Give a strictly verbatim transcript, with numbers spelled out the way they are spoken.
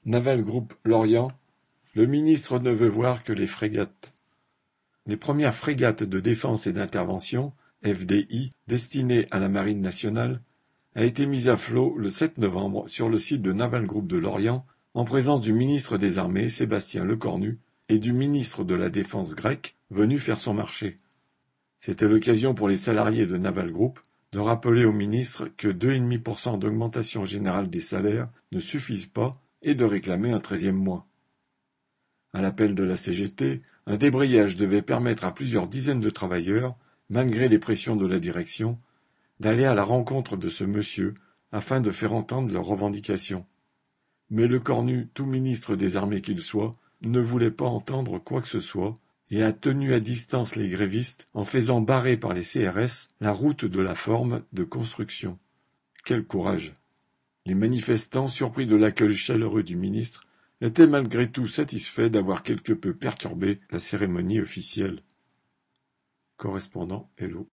Naval Group Lorient, le ministre ne veut voir que les frégates. Les premières frégates de défense et d'intervention, F D I, destinées à la Marine nationale, a été mise à flot le sept novembre sur le site de Naval Group de Lorient en présence du ministre des Armées Sébastien Lecornu et du ministre de la Défense grec venu faire son marché. C'était l'occasion pour les salariés de Naval Group de rappeler au ministre que deux virgule cinq pour cent d'augmentation générale des salaires ne suffisent pas et de réclamer un treizième mois. À l'appel de la C G T, un débrayage devait permettre à plusieurs dizaines de travailleurs, malgré les pressions de la direction, d'aller à la rencontre de ce monsieur afin de faire entendre leurs revendications. Mais Lecornu, tout ministre des Armées qu'il soit, ne voulait pas entendre quoi que ce soit et a tenu à distance les grévistes en faisant barrer par les C R S la route de la forme de construction. Quel courage! Les manifestants, surpris de l'accueil chaleureux du ministre, étaient malgré tout satisfaits d'avoir quelque peu perturbé la cérémonie officielle. Correspondant Hello.